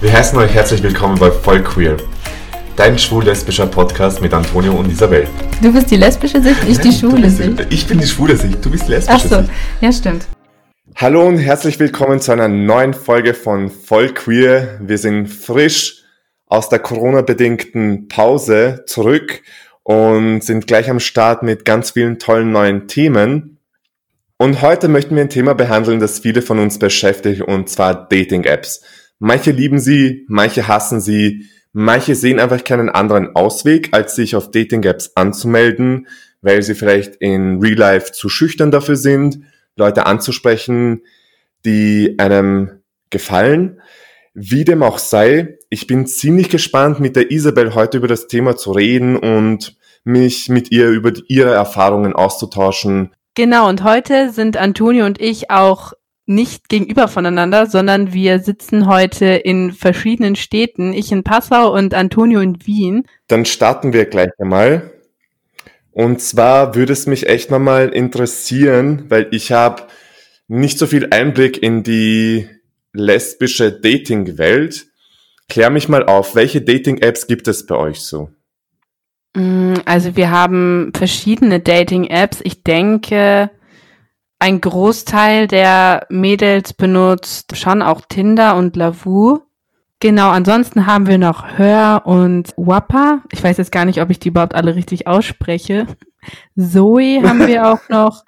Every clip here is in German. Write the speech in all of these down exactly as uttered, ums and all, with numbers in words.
Wir heißen euch herzlich willkommen bei Voll Queer, dein schwul-lesbischer Podcast mit Antonio und Isabel. Du bist die lesbische Sicht, ich die schwule Sicht. Ich bin die schwule Sicht, du bist die lesbische Ach so, Sicht. Ja, stimmt. Hallo und herzlich willkommen zu einer neuen Folge von Voll Queer. Wir sind frisch aus der Corona-bedingten Pause zurück und sind gleich am Start mit ganz vielen tollen neuen Themen. Und heute möchten wir ein Thema behandeln, das viele von uns beschäftigt, und zwar Dating-Apps. Manche lieben sie, manche hassen sie, manche sehen einfach keinen anderen Ausweg, als sich auf Dating-Apps anzumelden, weil sie vielleicht in Real Life zu schüchtern dafür sind, Leute anzusprechen, die einem gefallen. Wie dem auch sei, ich bin ziemlich gespannt, mit der Isabel heute über das Thema zu reden und mich mit ihr über ihre Erfahrungen auszutauschen. Genau, und heute sind Antonio und ich auch nicht gegenüber voneinander, sondern wir sitzen heute in verschiedenen Städten. Ich in Passau und Antonio in Wien. Dann starten wir gleich einmal. Und zwar würde es mich echt nochmal interessieren, weil ich habe nicht so viel Einblick in die lesbische Dating-Welt. Klär mich mal auf, welche Dating-Apps gibt es bei euch so? Also wir haben verschiedene Dating-Apps. Ich denke, ein Großteil der Mädels benutzt schon auch Tinder und Lavu. Genau, ansonsten haben wir noch Hör und Wappa. Ich weiß jetzt gar nicht, ob ich die überhaupt alle richtig ausspreche. Zoe haben wir auch noch.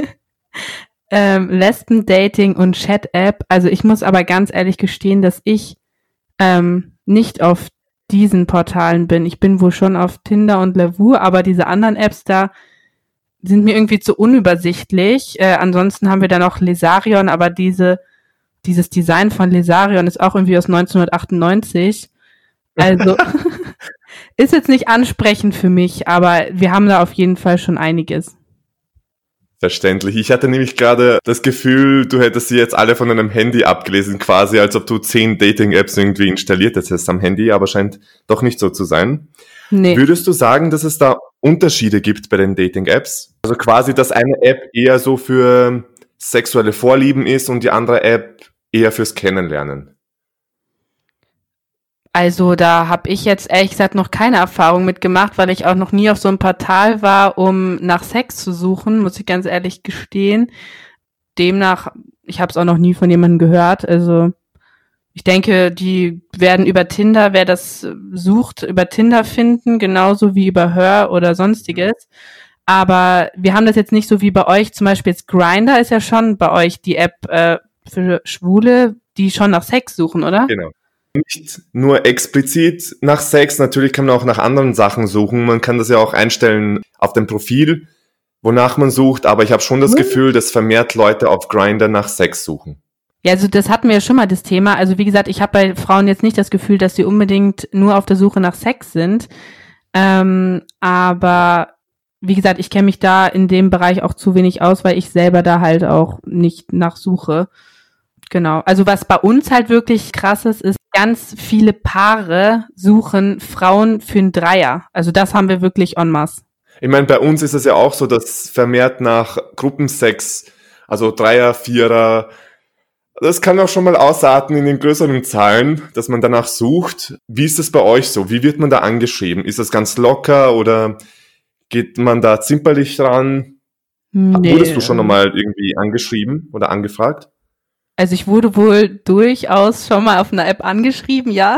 ähm, Lesben-Dating und Chat-App. Also ich muss aber ganz ehrlich gestehen, dass ich ähm, nicht auf diesen Portalen bin. Ich bin wohl schon auf Tinder und Lavu, aber diese anderen Apps da sind mir irgendwie zu unübersichtlich. Äh, ansonsten haben wir da noch Lesarion, aber diese dieses Design von Lesarion ist auch irgendwie aus neunzehnhundertachtundneunzig. Also ist jetzt nicht ansprechend für mich, aber wir haben da auf jeden Fall schon einiges. Verständlich. Ich hatte nämlich gerade das Gefühl, du hättest sie jetzt alle von einem Handy abgelesen, quasi, als ob du zehn Dating-Apps irgendwie installiert hättest am Handy, aber scheint doch nicht so zu sein. Nee. Würdest du sagen, dass es da Unterschiede gibt bei den Dating-Apps? Also quasi, dass eine App eher so für sexuelle Vorlieben ist und die andere App eher fürs Kennenlernen? Also da habe ich jetzt ehrlich gesagt noch keine Erfahrung mitgemacht, weil ich auch noch nie auf so einem Portal war, um nach Sex zu suchen, muss ich ganz ehrlich gestehen. Demnach, ich habe es auch noch nie von jemandem gehört. Also ich denke, die werden über Tinder, wer das sucht, über Tinder finden, genauso wie über Hör oder sonstiges. Aber wir haben das jetzt nicht so wie bei euch, zum Beispiel jetzt Grindr ist ja schon bei euch die App äh, für Schwule, die schon nach Sex suchen, oder? Genau. Nicht nur explizit nach Sex, natürlich kann man auch nach anderen Sachen suchen. Man kann das ja auch einstellen auf dem Profil, wonach man sucht, aber ich habe schon das mhm. Gefühl, dass vermehrt Leute auf Grindr nach Sex suchen. Ja, also das hatten wir ja schon mal, das Thema. Also wie gesagt, ich habe bei Frauen jetzt nicht das Gefühl, dass sie unbedingt nur auf der Suche nach Sex sind. Ähm, aber wie gesagt, ich kenne mich da in dem Bereich auch zu wenig aus, weil ich selber da halt auch nicht nachsuche. Genau. Also was bei uns halt wirklich krass ist, ist, ganz viele Paare suchen Frauen für einen Dreier. Also das haben wir wirklich en masse. Ich meine, bei uns ist es ja auch so, dass vermehrt nach Gruppensex, also Dreier, Vierer, das kann auch schon mal ausarten in den größeren Zahlen, dass man danach sucht. Wie ist das bei euch so? Wie wird man da angeschrieben? Ist das ganz locker oder geht man da zimperlich dran? Nee. Wurdest du schon einmal irgendwie angeschrieben oder angefragt? Also ich wurde wohl durchaus schon mal auf einer App angeschrieben, ja,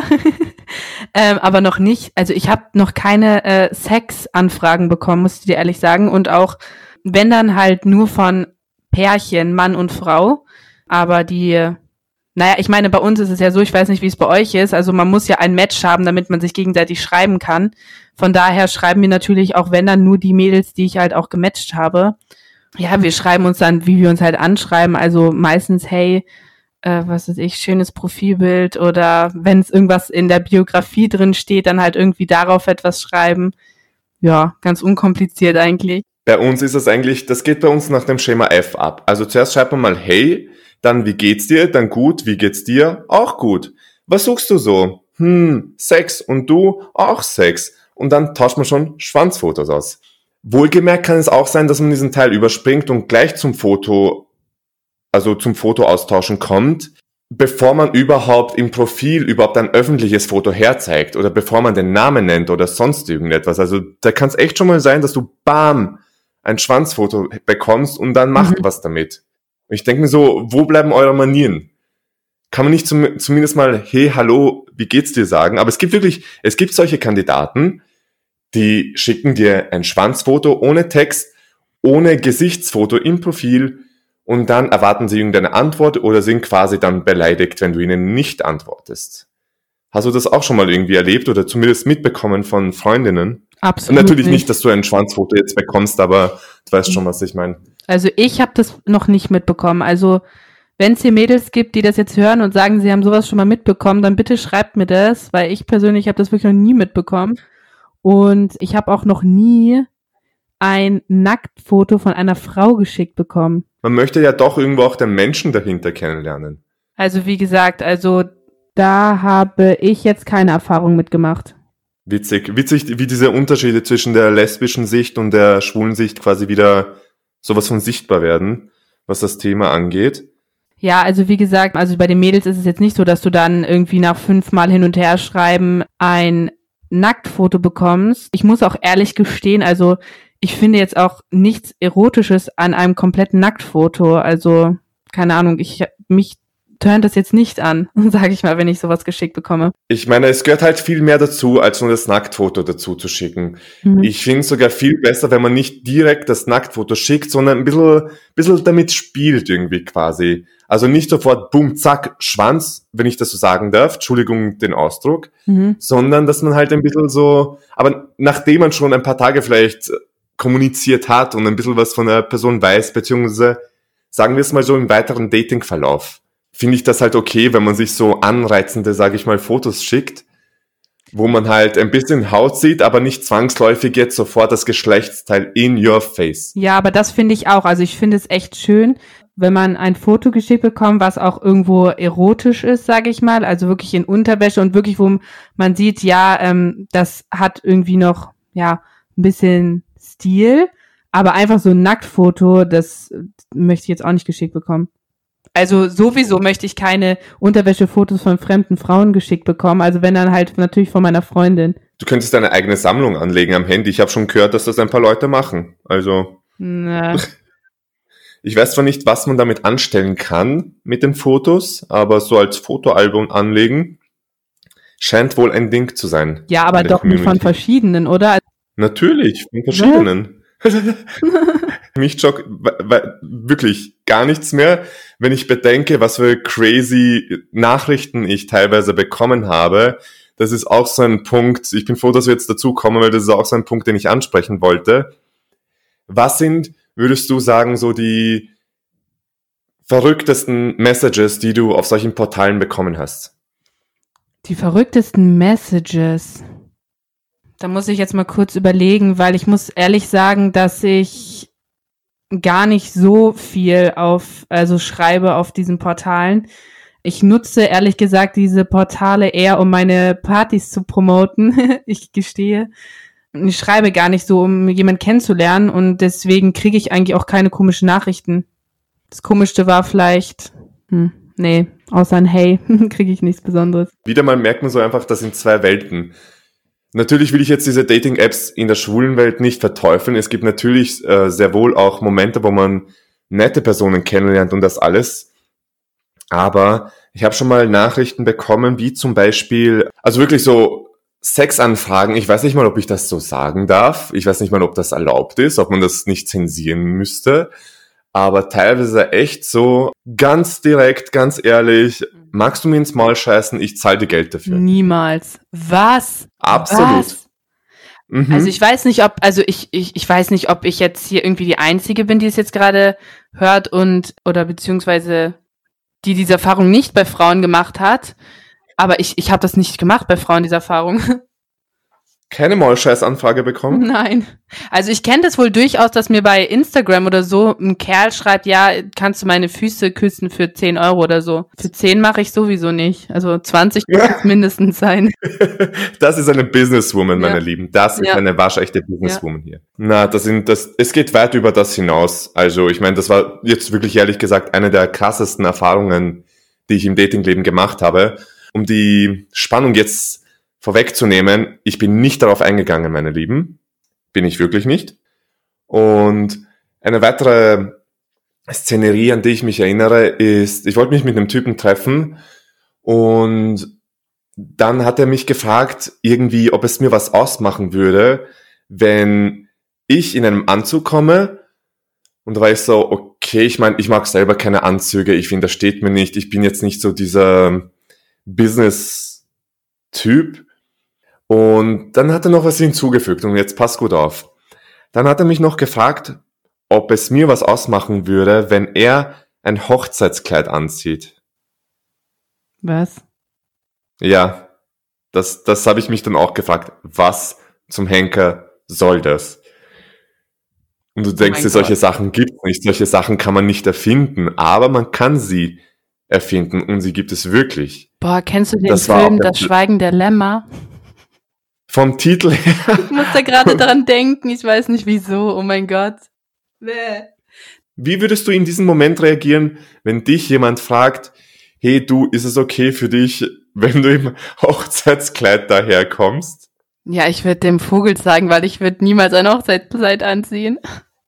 ähm, aber noch nicht. Also ich habe noch keine äh, Sex-Anfragen bekommen, muss ich dir ehrlich sagen. Und auch, wenn dann halt nur von Pärchen, Mann und Frau. Aber die, naja, ich meine, bei uns ist es ja so, ich weiß nicht, wie es bei euch ist. Also man muss ja ein Match haben, damit man sich gegenseitig schreiben kann. Von daher schreiben wir natürlich auch, wenn dann nur die Mädels, die ich halt auch gematcht habe. Ja, wir schreiben uns dann, wie wir uns halt anschreiben, also meistens, hey, äh, was weiß ich, schönes Profilbild oder wenn es irgendwas in der Biografie drin steht, dann halt irgendwie darauf etwas schreiben. Ja, ganz unkompliziert eigentlich. Bei uns ist das eigentlich, das geht bei uns nach dem Schema F ab. Also zuerst schreibt man mal, hey, dann wie geht's dir, dann gut, wie geht's dir, auch gut. Was suchst du so? Hm, Sex und du, auch Sex. Und dann tauscht man schon Schwanzfotos aus. Wohlgemerkt kann es auch sein, dass man diesen Teil überspringt und gleich zum Foto, also zum Fotoaustauschen kommt. bevor man überhaupt im Profil überhaupt ein öffentliches Foto herzeigt oder bevor man den Namen nennt oder sonst irgendetwas. Also da kann es echt schon mal sein, dass du bam, ein Schwanzfoto bekommst und dann macht mhm. was damit. Und ich denke mir so, wo bleiben eure Manieren? Kann man nicht zum, zumindest mal, hey, hallo, wie geht's dir sagen? Aber es gibt wirklich, es gibt solche Kandidaten, die schicken dir ein Schwanzfoto ohne Text, ohne Gesichtsfoto im Profil und dann erwarten sie irgendeine Antwort oder sind quasi dann beleidigt, wenn du ihnen nicht antwortest. Hast du das auch schon mal irgendwie erlebt oder zumindest mitbekommen von Freundinnen? Absolut. Und natürlich nicht. nicht, dass du ein Schwanzfoto jetzt bekommst, aber du weißt schon, was ich meine. Also ich habe das noch nicht mitbekommen. Also wenn es hier Mädels gibt, die das jetzt hören und sagen, sie haben sowas schon mal mitbekommen, dann bitte schreibt mir das, weil ich persönlich habe das wirklich noch nie mitbekommen. Und ich habe auch noch nie ein Nacktfoto von einer Frau geschickt bekommen. Man möchte ja doch irgendwo auch den Menschen dahinter kennenlernen. Also wie gesagt, also da habe ich jetzt keine Erfahrung mitgemacht. Witzig. Witzig, wie diese Unterschiede zwischen der lesbischen Sicht und der schwulen Sicht quasi wieder sowas von sichtbar werden, was das Thema angeht. Ja, also wie gesagt, also bei den Mädels ist es jetzt nicht so, dass du dann irgendwie nach fünfmal hin und her schreiben ein Nacktfoto bekommst. Ich muss auch ehrlich gestehen, also ich finde jetzt auch nichts Erotisches an einem kompletten Nacktfoto. Also, keine Ahnung, ich mich turnt das jetzt nicht an, sage ich mal, wenn ich sowas geschickt bekomme. Ich meine, es gehört halt viel mehr dazu, als nur das Nacktfoto dazu zu schicken. Mhm. Ich finde es sogar viel besser, wenn man nicht direkt das Nacktfoto schickt, sondern ein bisschen, bisschen damit spielt irgendwie quasi. Also nicht sofort, bumm, zack, Schwanz, wenn ich das so sagen darf, Entschuldigung den Ausdruck, mhm. sondern dass man halt ein bisschen so, aber nachdem man schon ein paar Tage vielleicht kommuniziert hat und ein bisschen was von der Person weiß, beziehungsweise sagen wir es mal so im weiteren Datingverlauf, finde ich das halt okay, wenn man sich so anreizende, sage ich mal, Fotos schickt, wo man halt ein bisschen Haut sieht, aber nicht zwangsläufig jetzt sofort das Geschlechtsteil in your face. Ja, aber das finde ich auch. Also ich finde es echt schön, wenn man ein Foto geschickt bekommt, was auch irgendwo erotisch ist, sage ich mal, also wirklich in Unterwäsche und wirklich, wo man sieht, ja, ähm, das hat irgendwie noch, ja, ein bisschen Stil, aber einfach so ein Nacktfoto, das möchte ich jetzt auch nicht geschickt bekommen. Also sowieso möchte ich keine Unterwäschefotos von fremden Frauen geschickt bekommen, also wenn dann halt natürlich von meiner Freundin. Du könntest deine eigene Sammlung anlegen am Handy. Ich habe schon gehört, dass das ein paar Leute machen. Also Na. Ich weiß zwar nicht, was man damit anstellen kann mit den Fotos, aber so als Fotoalbum anlegen scheint wohl ein Ding zu sein. Ja, aber doch nicht von verschiedenen, oder? Natürlich, von verschiedenen. Mich schockt wirklich gar nichts mehr, wenn ich bedenke, was für crazy Nachrichten ich teilweise bekommen habe. Das ist auch so ein Punkt, ich bin froh, dass wir jetzt dazu kommen, weil das ist auch so ein Punkt, den ich ansprechen wollte. Was sind, würdest du sagen, so die verrücktesten Messages, die du auf solchen Portalen bekommen hast? Die verrücktesten Messages. Da muss ich jetzt mal kurz überlegen, weil ich muss ehrlich sagen, dass ich gar nicht so viel auf, also schreibe auf diesen Portalen. Ich nutze ehrlich gesagt diese Portale eher, um meine Partys zu promoten. Ich gestehe. Ich schreibe gar nicht so, um jemanden kennenzulernen und deswegen kriege ich eigentlich auch keine komischen Nachrichten. Das Komischste war vielleicht, hm, nee, außer ein Hey kriege ich nichts Besonderes. Wieder mal merkt man so einfach, das sind zwei Welten. Natürlich will ich jetzt diese Dating-Apps in der schwulen Welt nicht verteufeln. Es gibt natürlich äh, sehr wohl auch Momente, wo man nette Personen kennenlernt und das alles. Aber ich habe schon mal Nachrichten bekommen, wie zum Beispiel, also wirklich so Sexanfragen. Ich weiß nicht mal, ob ich das so sagen darf. Ich weiß nicht mal, ob das erlaubt ist, ob man das nicht zensieren müsste. Aber teilweise echt so ganz direkt, ganz ehrlich, magst du mir ins Maul scheißen, ich zahle dir Geld dafür. Niemals. Was? Absolut. Was? Mhm. Also ich weiß nicht, ob, also ich, ich, ich weiß nicht, ob ich jetzt hier irgendwie die Einzige bin, die es jetzt gerade hört und, oder beziehungsweise die diese Erfahrung nicht bei Frauen gemacht hat. Aber ich, ich habe das nicht gemacht bei Frauen, diese Erfahrung. Keine Maulscheiß-Anfrage bekommen? Nein. Also ich kenne das wohl durchaus, dass mir bei Instagram oder so ein Kerl schreibt, ja, kannst du meine Füße küssen für zehn Euro oder so. Für zehn mache ich sowieso nicht. Also zwanzig muss es mindestens sein. Das ist eine Businesswoman, meine ja. Lieben. Das ist ja. eine waschechte Businesswoman ja. hier. Na, das sind, das, es geht weit über das hinaus. Also ich meine, das war jetzt wirklich ehrlich gesagt eine der krassesten Erfahrungen, die ich im Datingleben gemacht habe. Um die Spannung jetzt vorwegzunehmen, ich bin nicht darauf eingegangen, meine Lieben. Bin ich wirklich nicht. Und eine weitere Szenerie, an die ich mich erinnere, ist, ich wollte mich mit einem Typen treffen und dann hat er mich gefragt, irgendwie, ob es mir was ausmachen würde, wenn ich in einem Anzug komme. Und da war ich so, okay, ich meine, ich mag selber keine Anzüge, ich finde, das steht mir nicht, ich bin jetzt nicht so dieser Business-Typ. Und dann hat er noch was hinzugefügt und jetzt passt gut auf. Dann hat er mich noch gefragt, ob es mir was ausmachen würde, wenn er ein Hochzeitskleid anzieht. Was? Ja, das, das habe ich mich dann auch gefragt. Was zum Henker soll das? Und du denkst Oh dir, solche Sachen gibt es nicht, solche Sachen kann man nicht erfinden, aber man kann sie erfinden und sie gibt es wirklich. Boah, kennst du den Das war Film auch der- Das Schweigen der Lämmer? Vom Titel her. Ich musste gerade daran denken, ich weiß nicht wieso, oh mein Gott. Bäh. Wie würdest du in diesem Moment reagieren, wenn dich jemand fragt, hey du, ist es okay für dich, wenn du im Hochzeitskleid daherkommst? Ja, ich würde dem Vogel sagen, weil ich würde niemals ein Hochzeitskleid anziehen.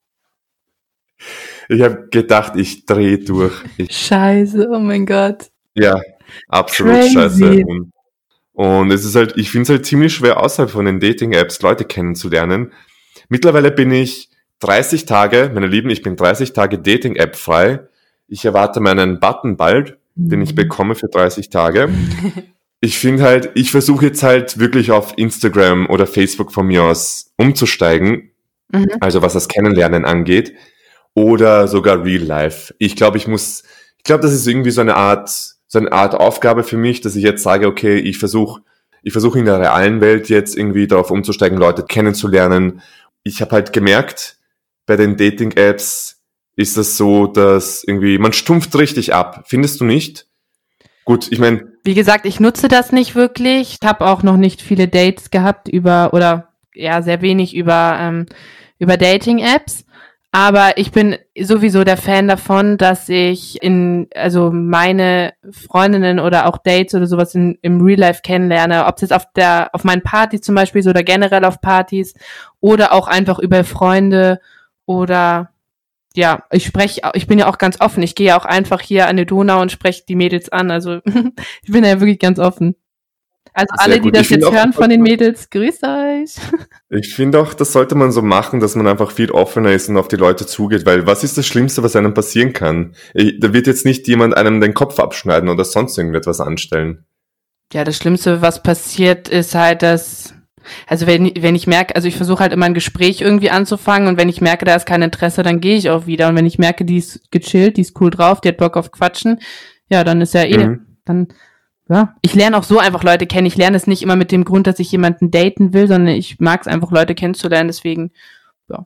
Ich habe gedacht, ich drehe durch. Ich, Scheiße, oh mein Gott. ja, absolut Crazy. scheiße. Und, und es ist halt, ich finde es halt ziemlich schwer, außerhalb von den Dating-Apps Leute kennenzulernen. Mittlerweile bin ich dreißig Tage, meine Lieben, ich bin dreißig Tage Dating-App frei. Ich erwarte meinen Button bald, den ich bekomme für dreißig Tage. Ich finde halt, ich versuche jetzt halt wirklich auf Instagram oder Facebook von mir aus umzusteigen, Mhm. also was das Kennenlernen angeht, oder sogar Real Life. Ich glaube, ich muss, ich glaube, das ist irgendwie so eine Art, so eine Art Aufgabe für mich, dass ich jetzt sage, okay, ich versuche, ich versuche in der realen Welt jetzt irgendwie darauf umzusteigen, Leute kennenzulernen. Ich habe halt gemerkt, bei den Dating-Apps ist das so, dass irgendwie, man stumpft richtig ab. Findest du nicht? Gut, ich meine, Wie gesagt, ich nutze das nicht wirklich. Ich habe auch noch nicht viele Dates gehabt über, oder ja, sehr wenig über, ähm, über Dating-Apps. Aber ich bin sowieso der Fan davon, dass ich in, also meine Freundinnen oder auch Dates oder sowas in, im Real Life kennenlerne. Ob es jetzt auf der, auf meinen Partys zum Beispiel ist oder generell auf Partys oder auch einfach über Freunde oder ja, ich spreche, ich bin ja auch ganz offen. Ich gehe ja auch einfach hier an die Donau und spreche die Mädels an. Also ich bin ja wirklich ganz offen. Also Sehr alle, die gut. das Ich finde jetzt auch- hören von den Mädels, grüßt euch. ich finde auch, das sollte man so machen, dass man einfach viel offener ist und auf die Leute zugeht, weil was ist das Schlimmste, was einem passieren kann? Ich, da wird jetzt nicht jemand einem den Kopf abschneiden oder sonst irgendetwas anstellen. Ja, das Schlimmste, was passiert, ist halt, dass, also wenn, wenn ich merke, also ich versuche halt immer ein Gespräch irgendwie anzufangen und wenn ich merke, da ist kein Interesse, dann gehe ich auch wieder. Und wenn ich merke, die ist gechillt, die ist cool drauf, die hat Bock auf Quatschen, ja, dann ist ja eh, Mhm. dann, ja. Ich lerne auch so einfach Leute kennen. Ich lerne es nicht immer mit dem Grund, dass ich jemanden daten will, sondern ich mag es einfach, Leute kennenzulernen, deswegen, ja.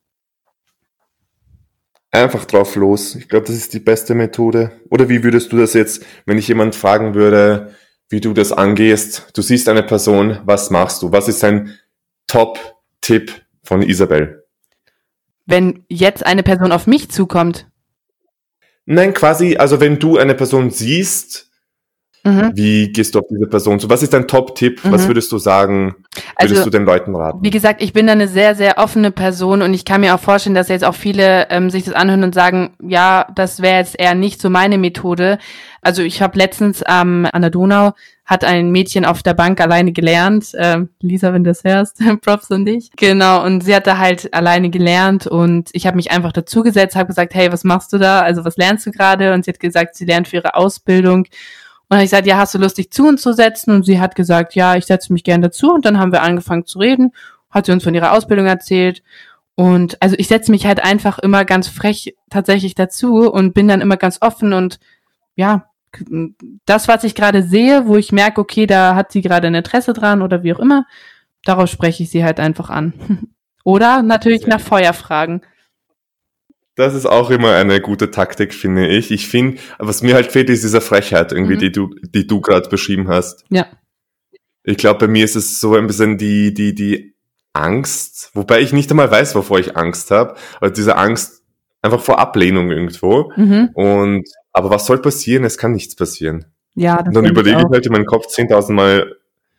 Einfach drauf los. Ich glaube, das ist die beste Methode. Oder wie würdest du das jetzt, wenn ich jemand fragen würde, wie du das angehst? Du siehst eine Person, was machst du? Was ist ein Top-Tipp von Isabel? Wenn jetzt eine Person auf mich zukommt, Nein, quasi, also wenn du eine Person siehst, mhm. wie gehst du auf diese Person zu? Was ist dein Top-Tipp? Was Mhm. würdest du sagen? Würdest Also, du den Leuten raten? wie gesagt, ich bin da eine sehr, sehr offene Person und ich kann mir auch vorstellen, dass jetzt auch viele ähm, sich das anhören und sagen, ja, das wäre jetzt eher nicht so meine Methode. Also ich habe letztens ähm, an der Donau, hat ein Mädchen auf der Bank alleine gelernt. Ähm, Lisa, wenn du das hörst, Props an dich. Genau, und sie hat da halt alleine gelernt und ich habe mich einfach dazugesetzt, habe gesagt, hey, was machst du da? Also was lernst du gerade? Und sie hat gesagt, sie lernt für ihre Ausbildung. Und dann habe ich gesagt, ja, hast du Lust, dich zu uns zu setzen? Und sie hat gesagt, ja, ich setze mich gern dazu. Und dann haben wir angefangen zu reden, hat sie uns von ihrer Ausbildung erzählt. Und also ich setze mich halt einfach immer ganz frech tatsächlich dazu und bin dann immer ganz offen und ja, das, was ich gerade sehe, wo ich merke, okay, da hat sie gerade ein Interesse dran oder wie auch immer, darauf spreche ich sie halt einfach an. Oder natürlich nach Feuer fragen. Das ist auch immer eine gute Taktik, finde ich. Ich finde, was mir halt fehlt, ist diese Frechheit irgendwie, Mhm. die du, die du gerade beschrieben hast. Ja. Ich glaube, bei mir ist es so ein bisschen die, die, die Angst, wobei ich nicht einmal weiß, wovor ich Angst habe, aber diese Angst, einfach vor Ablehnung irgendwo. Mhm. Und, aber was soll passieren? Es kann nichts passieren. Ja, das Und dann denke ich überlege ich auch. halt in meinem Kopf zehntausend Mal,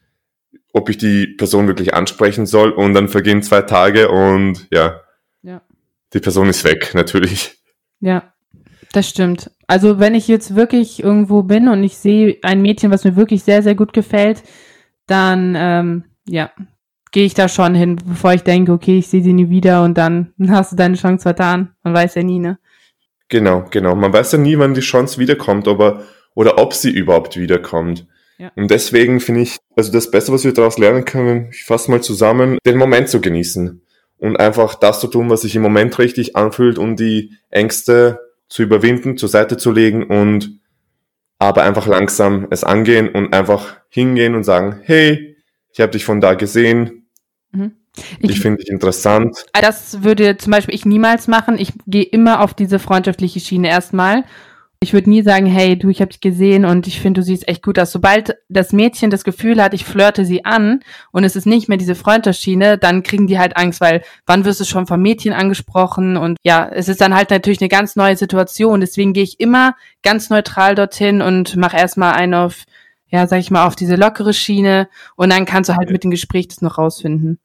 ob ich die Person wirklich ansprechen soll, und dann vergehen zwei Tage und ja, Ja. die Person ist weg, natürlich. Ja, das stimmt. Also wenn ich jetzt wirklich irgendwo bin und ich sehe ein Mädchen, was mir wirklich sehr, sehr gut gefällt, dann ähm, ja, gehe ich da schon hin, bevor ich denke, okay, ich sehe sie nie wieder und dann hast du deine Chance vertan. Man weiß ja nie, ne? Genau, genau. Man weiß ja nie, wann die Chance wiederkommt, aber, oder ob sie überhaupt wiederkommt. Ja. Und deswegen finde ich, also das Beste, was wir daraus lernen können, ich fasse mal zusammen, den Moment zu genießen und einfach das zu tun, was sich im Moment richtig anfühlt, und die Ängste zu überwinden, zur Seite zu legen und aber einfach langsam es angehen und einfach hingehen und sagen, hey, ich habe dich von da gesehen, Mhm. ich, Ich, finde dich interessant. das würde zum Beispiel ich niemals machen. Ich gehe immer auf diese freundschaftliche Schiene erstmal. Ich würde nie sagen, hey, du, ich habe dich gesehen und ich finde, du siehst echt gut aus. Sobald das Mädchen das Gefühl hat, ich flirte sie an und es ist nicht mehr diese Freundschaftsschiene, dann kriegen die halt Angst, weil wann wirst du schon vom Mädchen angesprochen? Und ja, es ist dann halt natürlich eine ganz neue Situation. Deswegen gehe ich immer ganz neutral dorthin und mache erstmal einen auf, ja, sag ich mal, auf diese lockere Schiene, und dann kannst du halt mit dem Gespräch das noch rausfinden.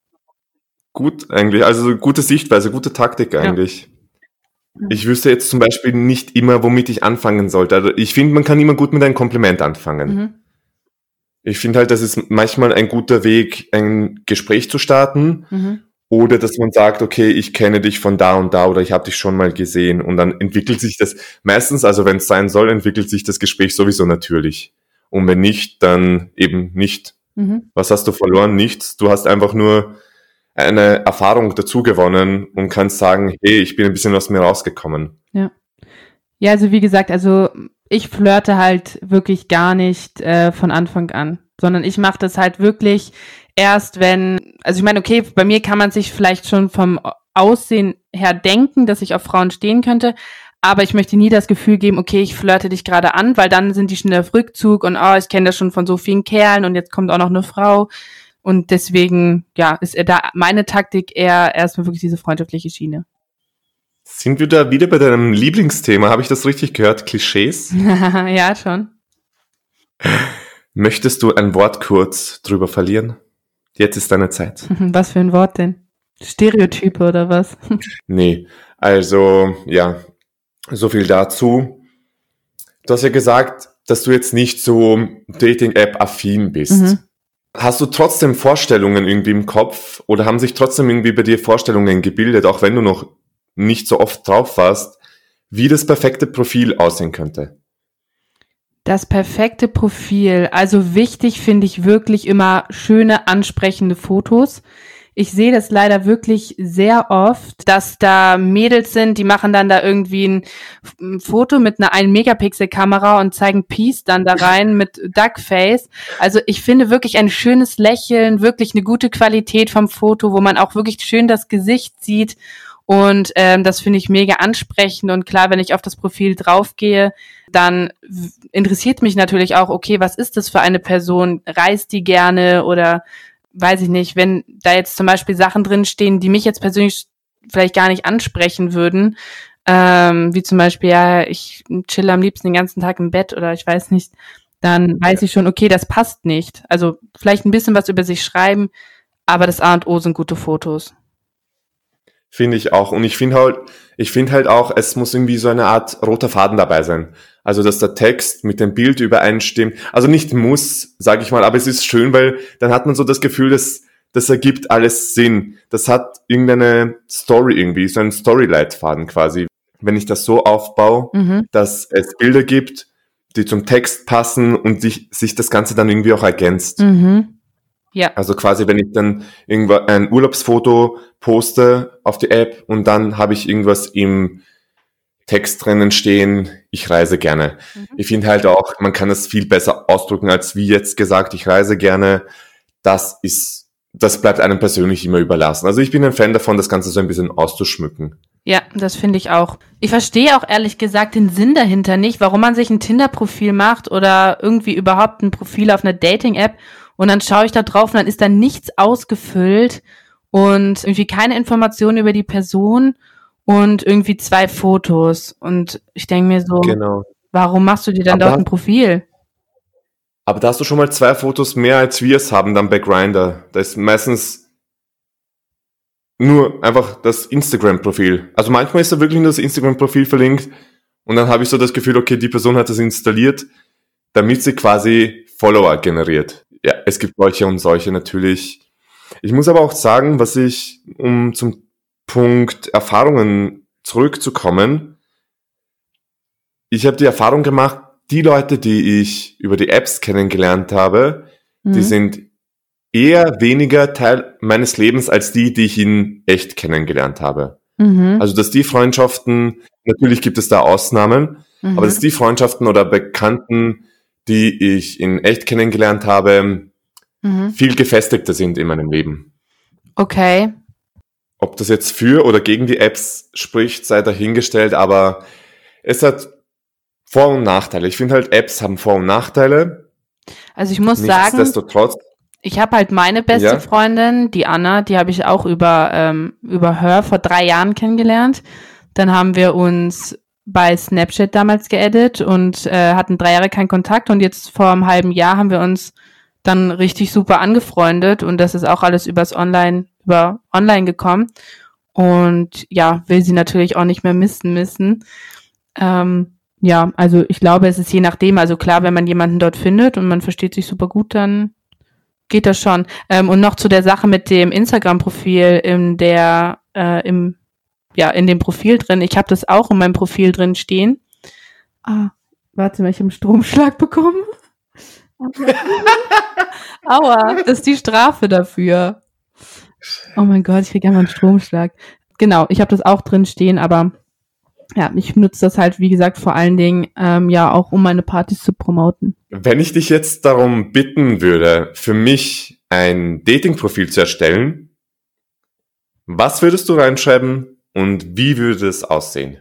Gut eigentlich, also gute Sichtweise, gute Taktik eigentlich. Ja. Ich wüsste jetzt zum Beispiel nicht immer, womit ich anfangen sollte. Also ich finde, man kann immer gut mit einem Kompliment anfangen. Mhm. Ich finde halt, das ist manchmal ein guter Weg, ein Gespräch zu starten. Mhm. Oder dass man sagt, okay, ich kenne dich von da und da oder ich habe dich schon mal gesehen. Und dann entwickelt sich das, meistens, also wenn es sein soll, entwickelt sich das Gespräch sowieso natürlich. Und wenn nicht, dann eben nicht. Mhm. Was hast du verloren? Nichts. Du hast einfach nur eine Erfahrung dazu gewonnen und kannst sagen, hey, ich bin ein bisschen aus mir rausgekommen. Ja. Ja, also wie gesagt, also ich flirte halt wirklich gar nicht äh, von Anfang an, sondern ich mache das halt wirklich erst, wenn, also ich meine, okay, bei mir kann man sich vielleicht schon vom Aussehen her denken, dass ich auf Frauen stehen könnte, aber ich möchte nie das Gefühl geben, okay, ich flirte dich gerade an, weil dann sind die schnell auf Rückzug und oh, ich kenne das schon von so vielen Kerlen und jetzt kommt auch noch eine Frau. Und deswegen, ja, ist da meine Taktik eher erstmal wirklich diese freundschaftliche Schiene. Sind wir da wieder bei deinem Lieblingsthema? Habe ich das richtig gehört? Klischees? Ja, schon. Möchtest du ein Wort kurz drüber verlieren? Jetzt ist deine Zeit. Was für ein Wort denn? Stereotype oder was? Nee, also, ja, so viel dazu. Du hast ja gesagt, dass du jetzt nicht so Dating-App-affin bist. Mhm. Hast du trotzdem Vorstellungen irgendwie im Kopf oder haben sich trotzdem irgendwie bei dir Vorstellungen gebildet, auch wenn du noch nicht so oft drauf warst, wie das perfekte Profil aussehen könnte? Das perfekte Profil. Also wichtig finde ich wirklich immer schöne, ansprechende Fotos. Ich sehe das leider wirklich sehr oft, dass da Mädels sind, die machen dann da irgendwie ein, ein Foto mit einer ein Megapixel Kamera und zeigen Peace dann da rein mit Duckface. Also ich finde wirklich ein schönes Lächeln, wirklich eine gute Qualität vom Foto, wo man auch wirklich schön das Gesicht sieht. Und ähm, das finde ich mega ansprechend. Und klar, wenn ich auf das Profil draufgehe, dann interessiert mich natürlich auch, okay, was ist das für eine Person? Reist die gerne oder weiß ich nicht, wenn da jetzt zum Beispiel Sachen drinstehen, die mich jetzt persönlich vielleicht gar nicht ansprechen würden, ähm, wie zum Beispiel, ja, ich chill am liebsten den ganzen Tag im Bett oder ich weiß nicht, dann weiß ich schon, okay, das passt nicht. Also vielleicht ein bisschen was über sich schreiben, aber das A und O sind gute Fotos. Finde ich auch. Und ich finde halt, ich finde halt auch, es muss irgendwie so eine Art roter Faden dabei sein. Also, dass der Text mit dem Bild übereinstimmt. Also nicht muss, sage ich mal, aber es ist schön, weil dann hat man so das Gefühl, dass das ergibt alles Sinn. Das hat irgendeine Story irgendwie, so einen Story-Leitfaden quasi. Wenn ich das so aufbaue, mhm. dass es Bilder gibt, die zum Text passen und sich, sich das Ganze dann irgendwie auch ergänzt. Mhm. Ja. Also quasi, wenn ich dann irgendwo ein Urlaubsfoto poste auf die App und dann habe ich irgendwas im Text drinnen stehen, ich reise gerne. Mhm. Ich finde halt auch, man kann das viel besser ausdrücken als wie jetzt gesagt, ich reise gerne. Das ist, das bleibt einem persönlich immer überlassen. Also ich bin ein Fan davon, das Ganze so ein bisschen auszuschmücken. Ja, das finde ich auch. Ich verstehe auch ehrlich gesagt den Sinn dahinter nicht, warum man sich ein Tinder-Profil macht oder irgendwie überhaupt ein Profil auf einer Dating-App und dann schaue ich da drauf und dann ist da nichts ausgefüllt und irgendwie keine Informationen über die Person und irgendwie zwei Fotos. Und ich denke mir so, Genau. warum machst du dir dann Aber dort da- ein Profil? Aber da hast du schon mal zwei Fotos mehr, als wir es haben dann bei Grindr. Da ist meistens nur einfach das Instagram-Profil. Also manchmal ist da wirklich nur das Instagram-Profil verlinkt und dann habe ich so das Gefühl, okay, die Person hat das installiert, damit sie quasi Follower generiert. Ja, es gibt solche und solche natürlich. Ich muss aber auch sagen, was ich, um zum Punkt Erfahrungen zurückzukommen, ich habe die Erfahrung gemacht, die Leute, die ich über die Apps kennengelernt habe, Mhm. die sind eher weniger Teil meines Lebens als die, die ich in echt kennengelernt habe. Mhm. Also, dass die Freundschaften, natürlich gibt es da Ausnahmen, Mhm. aber dass die Freundschaften oder Bekannten, die ich in echt kennengelernt habe, Mhm. viel gefestigter sind in meinem Leben. Okay. Ob das jetzt für oder gegen die Apps spricht, sei dahingestellt, aber es hat Vor- und Nachteile. Ich finde halt, Apps haben Vor- und Nachteile. Also ich muss sagen, Nichtsdestotrotz, ich habe halt meine beste Ja. Freundin, die Anna, die habe ich auch über, ähm, über Her vor drei Jahren kennengelernt. Dann haben wir uns bei Snapchat damals geaddet und äh, hatten drei Jahre keinen Kontakt und jetzt vor einem halben Jahr haben wir uns dann richtig super angefreundet und das ist auch alles übers Online, über Online gekommen. Und ja, will sie natürlich auch nicht mehr missen müssen. Ähm, ja, also ich glaube, es ist je nachdem, also klar, wenn man jemanden dort findet und man versteht sich super gut, dann geht das schon. Ähm, und noch zu der Sache mit dem Instagram-Profil in der, äh, im, ja, in dem Profil drin. Ich habe das auch in meinem Profil drin stehen. Ah, warte mal, ich habe einen Stromschlag bekommen. Aua, das ist die Strafe dafür. Oh mein Gott, ich krieg einfach einen Stromschlag. Genau, ich habe das auch drin stehen, aber ja, ich nutze das halt, wie gesagt, vor allen Dingen ähm, ja auch, um meine Partys zu promoten. wenn ich dich jetzt darum bitten würde, für mich ein Dating-Profil zu erstellen, was würdest du reinschreiben und wie würde es aussehen?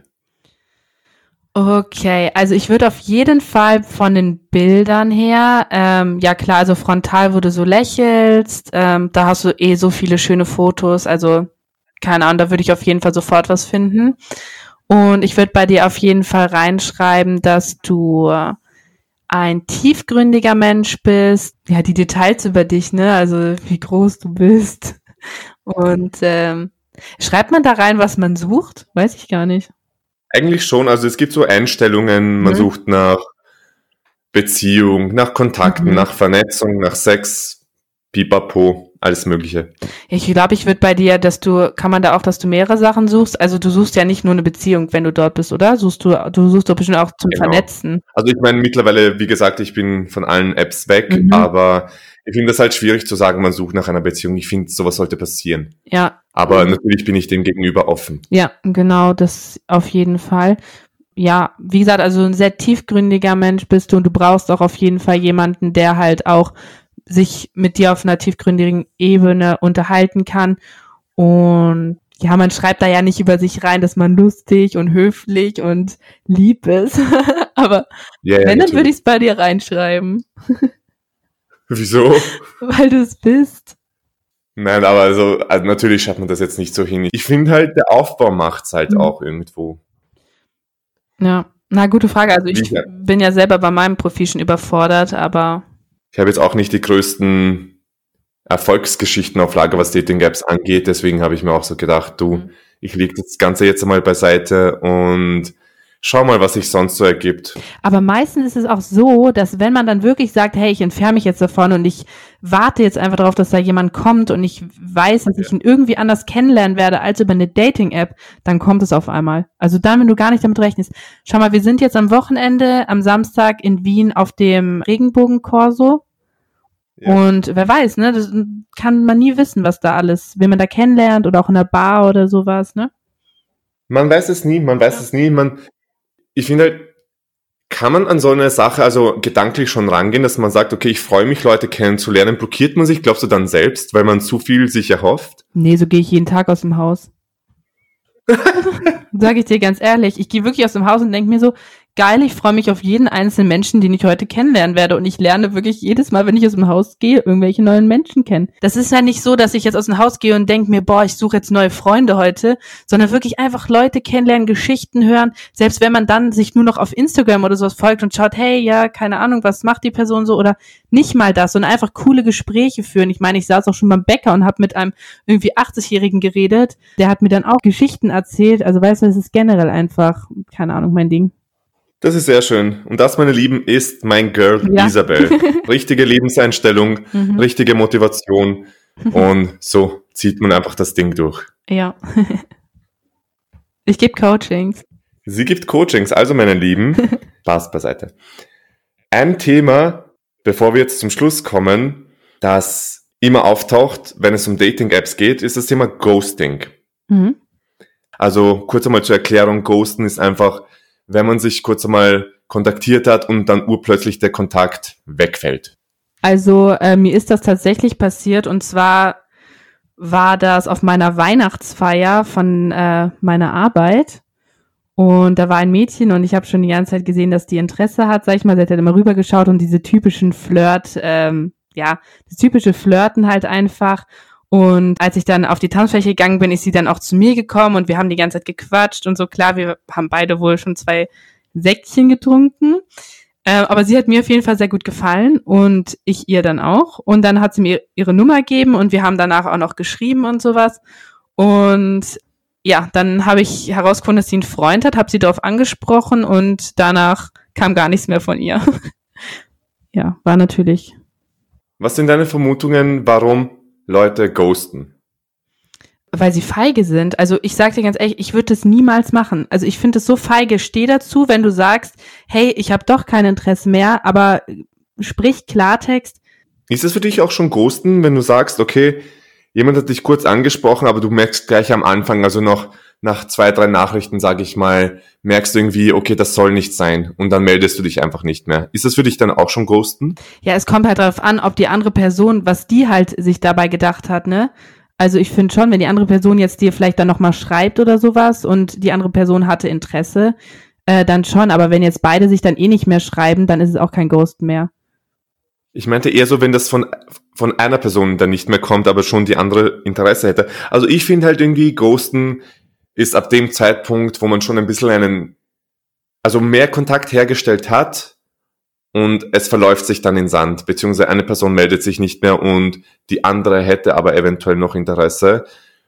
Okay, also ich würde auf jeden Fall von den Bildern her, ähm, ja klar, also frontal, wo du so lächelst, ähm, da hast du eh so viele schöne Fotos, also keine Ahnung, da würde ich auf jeden Fall sofort was finden. Und ich würde bei dir auf jeden Fall reinschreiben, dass du ein tiefgründiger Mensch bist. Ja, die Details über dich, ne, also wie groß du bist. Und ähm, schreibt man da rein, was man sucht? Weiß ich gar nicht. Eigentlich schon, also es gibt so Einstellungen, man Mhm. sucht nach Beziehung, nach Kontakten, Mhm. nach Vernetzung, nach Sex, Pipapo, alles Mögliche. Ich glaube, ich würde bei dir, dass du, kann man da auch, dass du mehrere Sachen suchst? Also du suchst ja nicht nur eine Beziehung, wenn du dort bist, oder? Suchst du, du suchst doch bestimmt auch zum Genau. Vernetzen. Also ich meine mittlerweile, wie gesagt, ich bin von allen Apps weg, Mhm. aber ich finde das halt schwierig zu sagen, man sucht nach einer Beziehung. Ich finde, sowas sollte passieren. Ja, Aber Mhm. natürlich bin ich dem gegenüber offen. ja, genau, das auf jeden Fall. Ja, wie gesagt, also ein sehr tiefgründiger Mensch bist du und du brauchst auch auf jeden Fall jemanden, der halt auch sich mit dir auf einer tiefgründigen Ebene unterhalten kann. Und ja, man schreibt da ja nicht über sich rein, dass man lustig und höflich und lieb ist. Aber Ja, ja, wenn, dann natürlich. würde ich es bei dir reinschreiben, Wieso? weil du es bist. Nein, aber also, also natürlich schreibt man das jetzt nicht so hin. Ich finde halt, der Aufbau macht's halt Mhm. auch irgendwo. Ja, na, gute Frage. Also ich Wie gesagt. bin ja selber bei meinem Profil schon überfordert, aber Ich habe jetzt auch nicht die größten Erfolgsgeschichten auf Lager, was Dating-Apps angeht. Deswegen habe ich mir auch so gedacht, du, Mhm. ich lege das Ganze jetzt einmal beiseite und schau mal, was sich sonst so ergibt. Aber meistens ist es auch so, dass wenn man dann wirklich sagt, hey, ich entferne mich jetzt davon und ich warte jetzt einfach darauf, dass da jemand kommt und ich weiß, dass ich ihn irgendwie anders kennenlernen werde als über eine Dating-App, dann kommt es auf einmal. Also dann, wenn du gar nicht damit rechnest. Schau mal, wir sind jetzt am Wochenende, am Samstag in Wien auf dem Regenbogen-Corso. Ja. Und wer weiß, ne, das kann man nie wissen, was da alles, wen man da kennenlernt oder auch in der Bar oder sowas, ne? Man weiß es nie, man weiß Ja. es nie. Man, ich finde halt, kann man an so eine Sache also gedanklich schon rangehen, dass man sagt, okay, ich freue mich, Leute kennenzulernen. Blockiert man sich, glaubst du, dann selbst, weil man zu viel sich erhofft? Nee, so gehe ich jeden Tag aus dem Haus. Sag ich dir ganz ehrlich, ich gehe wirklich aus dem Haus und denke mir so, geil, ich freue mich auf jeden einzelnen Menschen, den ich heute kennenlernen werde. Und ich lerne wirklich jedes Mal, wenn ich aus dem Haus gehe, irgendwelche neuen Menschen kennen. Das ist ja nicht so, dass ich jetzt aus dem Haus gehe und denke mir, boah, ich suche jetzt neue Freunde heute, sondern wirklich einfach Leute kennenlernen, Geschichten hören. Selbst wenn man dann sich nur noch auf Instagram oder sowas folgt und schaut, hey, ja, keine Ahnung, was macht die Person so oder nicht mal das, sondern einfach coole Gespräche führen. Ich meine, ich saß auch schon beim Bäcker und habe mit einem irgendwie achtzigjährigen geredet. Der hat mir dann auch Geschichten erzählt. Also weißt du, es ist generell einfach, keine Ahnung, mein Ding. Das ist sehr schön. Und das, meine Lieben, ist mein Girl Ja. Isabel. Richtige Lebenseinstellung, Mhm. richtige Motivation und so zieht man einfach das Ding durch. Ja. Ich gebe Coachings. Sie gibt Coachings, also meine Lieben, Spaß beiseite. Ein Thema, bevor wir jetzt zum Schluss kommen, das immer auftaucht, wenn es um Dating-Apps geht, ist das Thema Ghosting. Mhm. Also kurz einmal zur Erklärung, Ghosten ist einfach, wenn man sich kurz einmal kontaktiert hat und dann urplötzlich der Kontakt wegfällt. Also äh, mir ist das tatsächlich passiert und zwar war das auf meiner Weihnachtsfeier von äh, meiner Arbeit und da war ein Mädchen und ich habe schon die ganze Zeit gesehen, dass die Interesse hat, sag ich mal, sie hat halt immer rübergeschaut und diese typischen Flirt, ähm, ja, das typische Flirten halt einfach. Und als ich dann auf die Tanzfläche gegangen bin, ist sie dann auch zu mir gekommen und wir haben die ganze Zeit gequatscht und so. Klar, wir haben beide wohl schon zwei Säckchen getrunken. Äh, aber sie hat mir auf jeden Fall sehr gut gefallen und ich ihr dann auch. Und dann hat sie mir ihre Nummer gegeben und wir haben danach auch noch geschrieben und sowas. Und ja, dann habe ich herausgefunden, dass sie einen Freund hat, habe sie darauf angesprochen und danach kam gar nichts mehr von ihr. Ja, war natürlich... Was sind deine Vermutungen, warum Leute ghosten? Weil sie feige sind. Also ich sag dir ganz ehrlich, ich würde das niemals machen. Also ich finde es so feige. Steh dazu, wenn du sagst, hey, ich habe doch kein Interesse mehr, aber sprich Klartext. Ist es für dich auch schon ghosten, wenn du sagst, okay, jemand hat dich kurz angesprochen, aber du merkst gleich am Anfang, also noch nach zwei, drei Nachrichten, sage ich mal, merkst du irgendwie, okay, das soll nicht sein und dann meldest du dich einfach nicht mehr. Ist das für dich dann auch schon ghosten? Ja, es kommt halt darauf an, ob die andere Person, was die halt sich dabei gedacht hat, ne? Also ich finde schon, wenn die andere Person jetzt dir vielleicht dann nochmal schreibt oder sowas und die andere Person hatte Interesse, äh, dann schon. Aber wenn jetzt beide sich dann eh nicht mehr schreiben, dann ist es auch kein Ghost mehr. Ich meinte eher so, wenn das von von einer Person dann nicht mehr kommt, aber schon die andere Interesse hätte. Also ich finde halt irgendwie, ghosten ist ab dem Zeitpunkt, wo man schon ein bisschen einen, also mehr Kontakt hergestellt hat und es verläuft sich dann in Sand, beziehungsweise eine Person meldet sich nicht mehr und die andere hätte aber eventuell noch Interesse.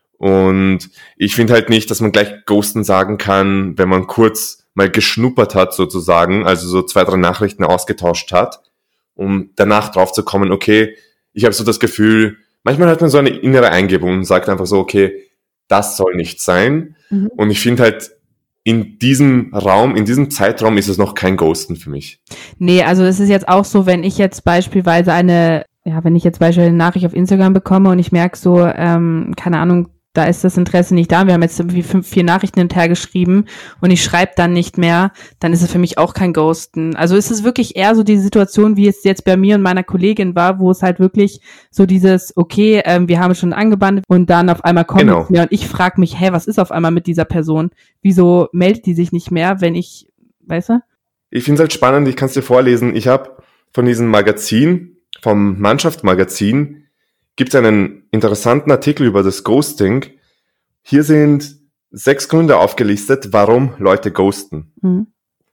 Und ich finde halt nicht, dass man gleich ghosten sagen kann, wenn man kurz mal geschnuppert hat sozusagen, also so zwei, drei Nachrichten ausgetauscht hat, um danach drauf zu kommen, okay, ich habe so das Gefühl, manchmal hat man so eine innere Eingebung und sagt einfach so, okay, das soll nicht sein. Mhm. Und ich finde halt, in diesem Raum, in diesem Zeitraum ist es noch kein Ghosten für mich. Nee, also es ist jetzt auch so, wenn ich jetzt beispielsweise eine, ja, wenn ich jetzt beispielsweise eine Nachricht auf Instagram bekomme und ich merke so, ähm, keine Ahnung, da ist das Interesse nicht da, wir haben jetzt irgendwie fünf, vier Nachrichten hinterher geschrieben und ich schreibe dann nicht mehr, dann ist es für mich auch kein Ghosten. Also es ist wirklich eher so die Situation, wie es jetzt bei mir und meiner Kollegin war, wo es halt wirklich so dieses, okay, ähm, wir haben schon angebandelt und dann auf einmal kommt genau. es mehr und ich frage mich, hä, was ist auf einmal mit dieser Person? Wieso meldet die sich nicht mehr, wenn ich, weißt du? Ich finde es halt spannend, ich kann es dir vorlesen, ich habe von diesem Magazin, vom Mannschaft-Magazin, gibt es einen interessanten Artikel über das Ghosting. Hier sind sechs Gründe aufgelistet, warum Leute ghosten. Mhm.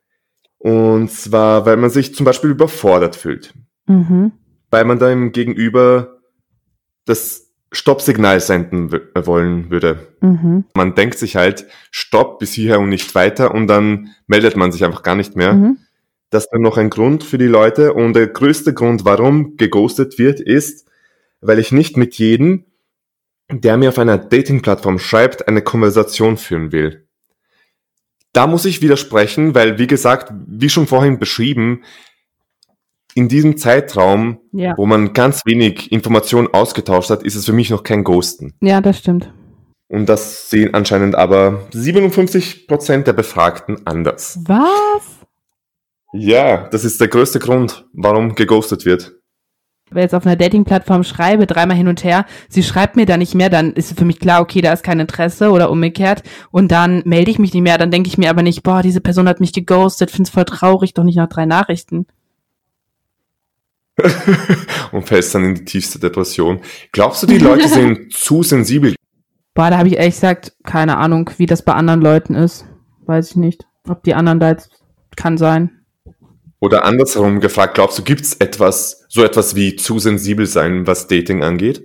Und zwar, weil man sich zum Beispiel überfordert fühlt. Mhm. Weil man dem Gegenüber das Stoppsignal senden w- wollen würde. Mhm. Man denkt sich halt, Stopp bis hierher und nicht weiter und dann meldet man sich einfach gar nicht mehr. Mhm. Das ist dann noch ein Grund für die Leute und der größte Grund, warum geghostet wird, ist, weil ich nicht mit jedem, der mir auf einer Dating-Plattform schreibt, eine Konversation führen will. Da muss ich widersprechen, weil, wie gesagt, wie schon vorhin beschrieben, in diesem Zeitraum, ja. wo man ganz wenig Informationen ausgetauscht hat, ist es für mich noch kein Ghosten. Ja, das stimmt. Und das sehen anscheinend aber siebenundfünfzig Prozent der Befragten anders. Was? Ja, das ist der größte Grund, warum geghostet wird. Wenn ich jetzt auf einer Dating-Plattform schreibe, dreimal hin und her, sie schreibt mir dann nicht mehr, dann ist für mich klar, okay, da ist kein Interesse oder umgekehrt und dann melde ich mich nicht mehr, dann denke ich mir aber nicht, boah, diese Person hat mich geghostet, find's voll traurig, doch nicht nach drei Nachrichten. Und fällst dann in die tiefste Depression. Glaubst du, die Leute sind zu sensibel? Boah, da habe ich ehrlich gesagt keine Ahnung, wie das bei anderen Leuten ist. Weiß ich nicht. Ob die anderen da jetzt, kann sein. Oder andersherum gefragt, glaubst du, gibt's etwas, so etwas wie zu sensibel sein, was Dating angeht?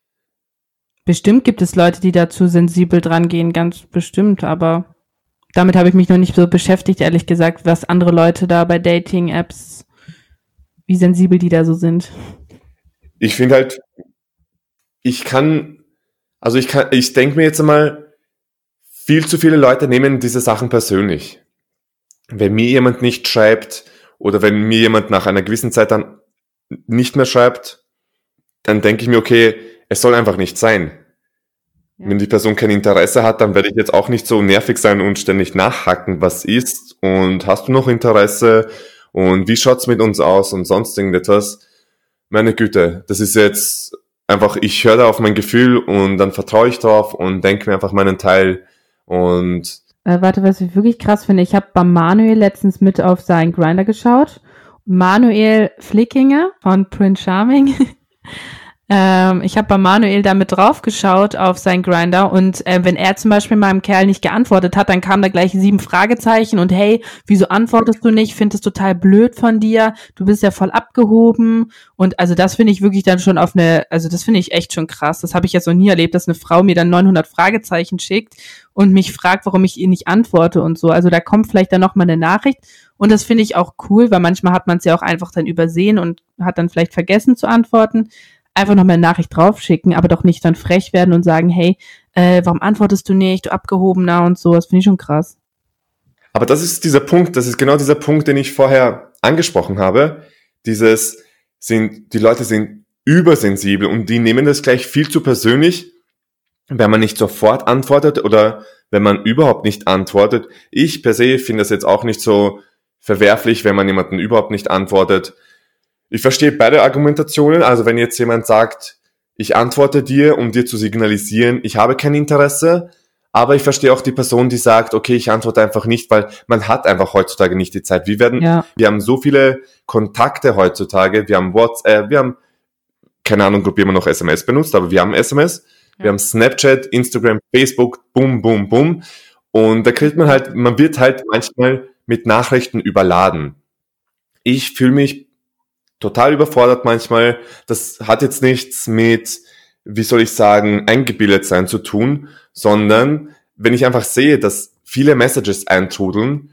Bestimmt gibt es Leute, die da zu sensibel dran gehen, ganz bestimmt, aber damit habe ich mich noch nicht so beschäftigt, ehrlich gesagt, was andere Leute da bei Dating-Apps, wie sensibel die da so sind. Ich finde halt, ich kann, also ich kann, ich denke mir jetzt einmal, viel zu viele Leute nehmen diese Sachen persönlich. Wenn mir jemand nicht schreibt, oder wenn mir jemand nach einer gewissen Zeit dann nicht mehr schreibt, dann denke ich mir, okay, es soll einfach nicht sein. Ja. Wenn die Person kein Interesse hat, dann werde ich jetzt auch nicht so nervig sein und ständig nachhaken, was ist und hast du noch Interesse und wie schaut's mit uns aus und sonst irgendetwas. Meine Güte, das ist jetzt einfach, ich höre da auf mein Gefühl und dann vertraue ich drauf und denke mir einfach meinen Teil und Äh, warte, was ich wirklich krass finde, ich habe bei Manuel letztens mit auf seinen Grindr geschaut. Manuel Flickinger von Prince Charming. ähm, ich habe bei Manuel da mit drauf geschaut auf seinen Grindr und äh, wenn er zum Beispiel meinem Kerl nicht geantwortet hat, dann kamen da gleich sieben Fragezeichen und hey, wieso antwortest du nicht? Find es total blöd von dir. Du bist ja voll abgehoben und also das finde ich wirklich dann schon auf eine, also das finde ich echt schon krass. Das habe ich jetzt noch nie erlebt, dass eine Frau mir dann neunhundert Fragezeichen schickt und mich fragt, warum ich ihr nicht antworte und so. Also da kommt vielleicht dann noch mal eine Nachricht und das finde ich auch cool, weil manchmal hat man es ja auch einfach dann übersehen und hat dann vielleicht vergessen zu antworten. Einfach noch mal eine Nachricht draufschicken, aber doch nicht dann frech werden und sagen, hey, äh, warum antwortest du nicht, du Abgehobener und so. Das finde ich schon krass. Aber das ist dieser Punkt, das ist genau dieser Punkt, den ich vorher angesprochen habe. Dieses, sind, die Leute sind übersensibel und die nehmen das gleich viel zu persönlich, wenn man nicht sofort antwortet oder wenn man überhaupt nicht antwortet. Ich per se finde das jetzt auch nicht so verwerflich, wenn man jemanden überhaupt nicht antwortet. Ich verstehe beide Argumentationen. Also wenn jetzt jemand sagt, ich antworte dir, um dir zu signalisieren, ich habe kein Interesse, aber ich verstehe auch die Person, die sagt, okay, ich antworte einfach nicht, weil man hat einfach heutzutage nicht die Zeit. Wir werden, ja. wir haben so viele Kontakte heutzutage, wir haben WhatsApp, wir haben, keine Ahnung, ob jemand noch S M S benutzt, aber wir haben S M S. Wir haben Snapchat, Instagram, Facebook, boom, boom, boom. Und da kriegt man halt, man wird halt manchmal mit Nachrichten überladen. Ich fühle mich total überfordert manchmal. Das hat jetzt nichts mit, wie soll ich sagen, eingebildet sein zu tun, sondern wenn ich einfach sehe, dass viele Messages eintrudeln,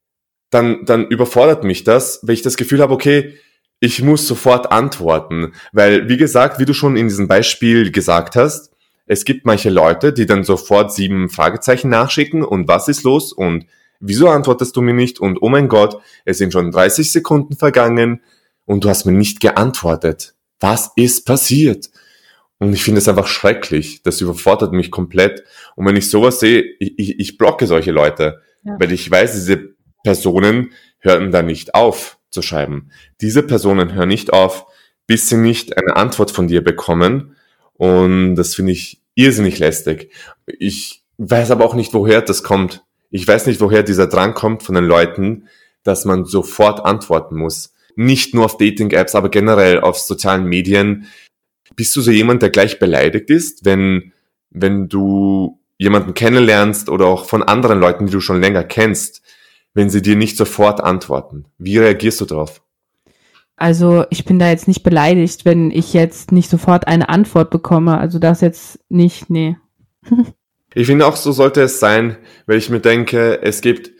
dann, dann überfordert mich das, weil ich das Gefühl habe, okay, ich muss sofort antworten. Weil, wie gesagt, wie du schon in diesem Beispiel gesagt hast, es gibt manche Leute, die dann sofort sieben Fragezeichen nachschicken und was ist los und wieso antwortest du mir nicht und oh mein Gott, es sind schon dreißig Sekunden vergangen und du hast mir nicht geantwortet. Was ist passiert? Und ich finde es einfach schrecklich. Das überfordert mich komplett. Und wenn ich sowas sehe, ich, ich, ich blocke solche Leute, ja. Weil ich weiß, diese Personen hören da nicht auf zu schreiben. Diese Personen hören nicht auf, bis sie nicht eine Antwort von dir bekommen. Und das finde ich irrsinnig lästig. Ich weiß aber auch nicht, woher das kommt. Ich weiß nicht, woher dieser Drang kommt von den Leuten, dass man sofort antworten muss. Nicht nur auf Dating-Apps, aber generell auf sozialen Medien. Bist du so jemand, der gleich beleidigt ist, wenn, wenn du jemanden kennenlernst oder auch von anderen Leuten, die du schon länger kennst, wenn sie dir nicht sofort antworten? Wie reagierst du darauf? Also ich bin da jetzt nicht beleidigt, wenn ich jetzt nicht sofort eine Antwort bekomme. Also das jetzt nicht, nee. Ich finde auch, so sollte es sein, weil ich mir denke, es gibt